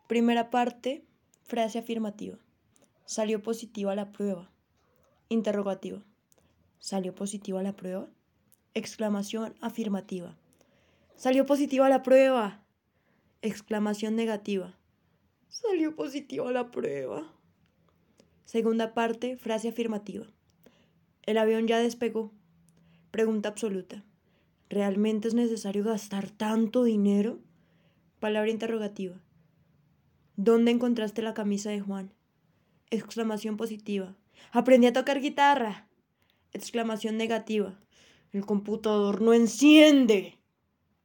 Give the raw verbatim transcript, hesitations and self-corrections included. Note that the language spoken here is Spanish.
Primera parte, frase afirmativa. Salió positiva la prueba. Interrogativa. ¿Salió positiva la prueba? Exclamación afirmativa. ¡Salió positiva la prueba! Exclamación negativa. ¡Salió positiva la prueba! Segunda parte, frase afirmativa. El avión ya despegó. Pregunta absoluta. ¿Realmente es necesario gastar tanto dinero? Palabra interrogativa. ¿Dónde encontraste la camisa de Juan? Exclamación positiva. Aprendí a tocar guitarra. Exclamación negativa. El computador no enciende.